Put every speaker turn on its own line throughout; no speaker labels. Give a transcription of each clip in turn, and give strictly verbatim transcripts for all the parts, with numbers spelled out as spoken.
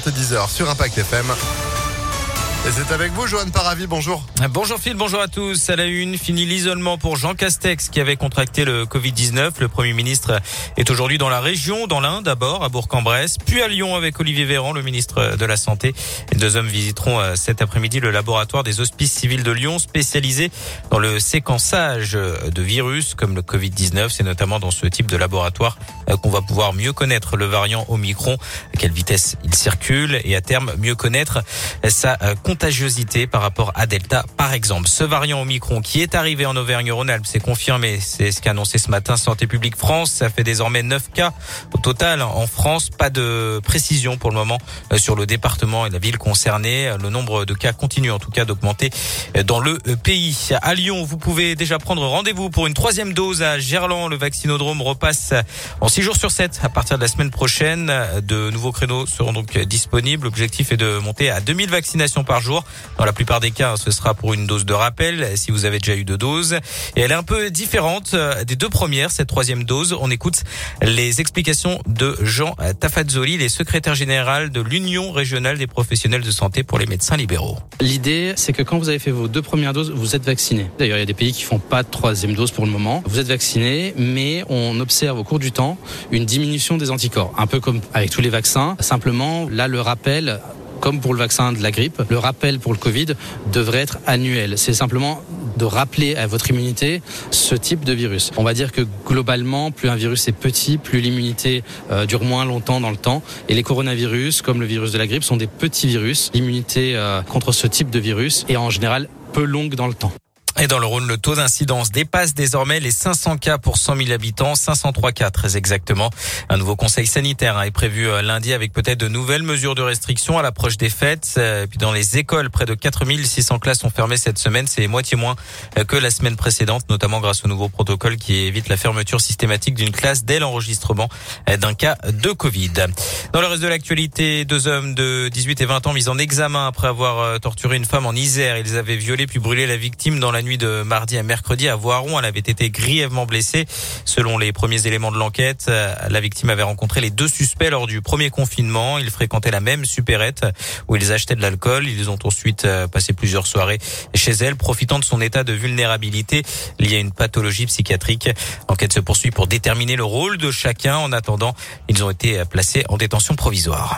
trente et dix heures sur Impact F M. Et c'est avec vous, Johan Paravi, bonjour.
Bonjour Phil, bonjour à tous. À la une, fini l'isolement pour Jean Castex qui avait contracté le covid dix-neuf. Le Premier ministre est aujourd'hui dans la région, dans l'Ain d'abord, à Bourg-en-Bresse, puis à Lyon avec Olivier Véran, le ministre de la Santé. Les deux hommes visiteront cet après-midi le laboratoire des Hospices civils de Lyon, spécialisé dans le séquençage de virus comme le covid dix-neuf. C'est notamment dans ce type de laboratoire qu'on va pouvoir mieux connaître le variant Omicron, à quelle vitesse il circule et à terme mieux connaître sa contagiosité par rapport à Delta, par exemple. Ce variant Omicron qui est arrivé en Auvergne-Rhône-Alpes, c'est confirmé. C'est ce qu'a annoncé ce matin Santé publique France. Ça fait désormais neuf cas au total en France. Pas de précision pour le moment sur le département et la ville concernée. Le nombre de cas continue en tout cas d'augmenter dans le pays. À Lyon, vous pouvez déjà prendre rendez-vous pour une troisième dose à Gerland. Le vaccinodrome repasse en six jours sur sept à partir de la semaine prochaine. De nouveaux créneaux seront donc disponibles. L'objectif est de monter à deux mille vaccinations par jour. Dans la plupart des cas, ce sera pour une dose de rappel, si vous avez déjà eu deux doses. Et elle est un peu différente des deux premières, cette troisième dose. On écoute les explications de Jean Tafazzoli, le secrétaire général de l'Union régionale des professionnels de santé pour les médecins libéraux.
L'idée, c'est que quand vous avez fait vos deux premières doses, vous êtes vacciné. D'ailleurs, il y a des pays qui font pas de troisième dose pour le moment. Vous êtes vacciné, mais on observe au cours du temps une diminution des anticorps. Un peu comme avec tous les vaccins. Simplement, là, le rappel, comme pour le vaccin de la grippe, le rappel pour le Covid devrait être annuel. C'est simplement de rappeler à votre immunité ce type de virus. On va dire que globalement, plus un virus est petit, plus l'immunité euh, dure moins longtemps dans le temps. Et les coronavirus, comme le virus de la grippe, sont des petits virus. L'immunité euh, contre ce type de virus est en général peu longue dans le temps.
Et dans le Rhône, le taux d'incidence dépasse désormais les cinq cents cas pour cent mille habitants, cinq cent trois cas très exactement. Un nouveau conseil sanitaire est prévu lundi avec peut-être de nouvelles mesures de restriction à l'approche des fêtes. Et puis dans les écoles, près de quatre mille six cents classes sont fermées cette semaine. C'est moitié moins que la semaine précédente, notamment grâce au nouveau protocole qui évite la fermeture systématique d'une classe dès l'enregistrement d'un cas de Covid. Dans le reste de l'actualité, deux hommes de dix-huit et vingt ans mis en examen après avoir torturé une femme en Isère. Ils avaient violé puis brûlé la victime dans la nuit de mardi à mercredi à Voiron. Elle avait été grièvement blessée. Selon les premiers éléments de l'enquête, la victime avait rencontré les deux suspects lors du premier confinement. Ils fréquentaient la même supérette où ils achetaient de l'alcool. Ils ont ensuite passé plusieurs soirées chez elle, profitant de son état de vulnérabilité lié à une pathologie psychiatrique. L'enquête se poursuit pour déterminer le rôle de chacun. En attendant, ils ont été placés en détention provisoire.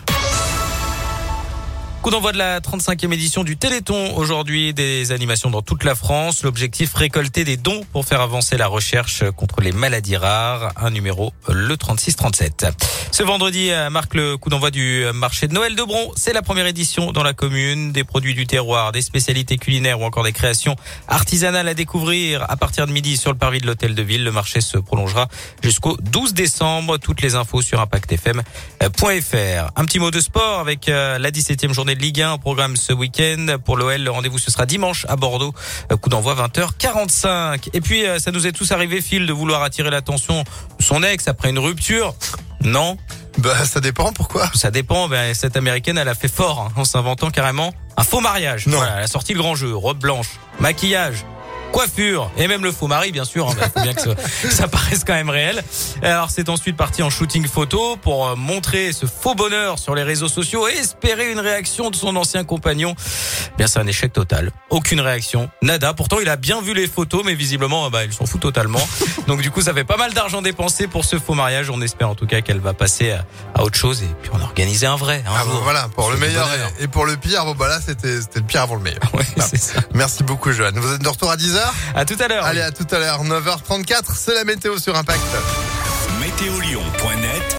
Coup d'envoi de la trente-cinquième édition du Téléthon. Aujourd'hui, des animations dans toute la France. L'objectif, récolter des dons pour faire avancer la recherche contre les maladies rares. Un numéro, le trente-six trente-sept. Ce vendredi marque le coup d'envoi du marché de Noël de Bron. C'est la première édition dans la commune. Des produits du terroir, des spécialités culinaires ou encore des créations artisanales à découvrir à partir de midi sur le parvis de l'Hôtel de Ville. Le marché se prolongera jusqu'au douze décembre. Toutes les infos sur impact f m point f r. Un petit mot de sport avec la dix-septième journée de Ligue un au programme ce week-end. Pour l'O L, le rendez-vous ce sera dimanche à Bordeaux. Coup d'envoi vingt heures quarante-cinq. Et puis, ça nous est tous arrivé, Phil, de vouloir attirer l'attention de son ex après une rupture. Non.
Bah, ça dépend, pourquoi?
Ça dépend, ben, cette américaine, elle a fait fort, hein, en s'inventant carrément un faux mariage.
Non.
Voilà, elle a sorti le grand jeu, robe blanche, maquillage, coiffure et même le faux mari, bien sûr. Il hein, faut bien que ça, ça paraisse quand même réel. Alors c'est ensuite parti en shooting photo pour montrer ce faux bonheur sur les réseaux sociaux et espérer une réaction de son ancien compagnon. Bien, c'est un échec total. Aucune réaction, nada. Pourtant, il a bien vu les photos, mais visiblement, bah, il s'en fout totalement. Donc du coup, ça fait pas mal d'argent dépensé pour ce faux mariage. On espère en tout cas qu'elle va passer à, à autre chose et puis on a organisé un vrai. Un
ah
jour.
bon, voilà, pour le meilleur et, et pour le pire. Bon bah là, c'était c'était le pire avant le meilleur.
Oui, c'est ça.
Merci beaucoup, Johan. Vous êtes de retour à dix heures.
À tout à l'heure.
Allez, à tout à l'heure, neuf heures trente-quatre, c'est la météo sur Impact.
météo lyon point net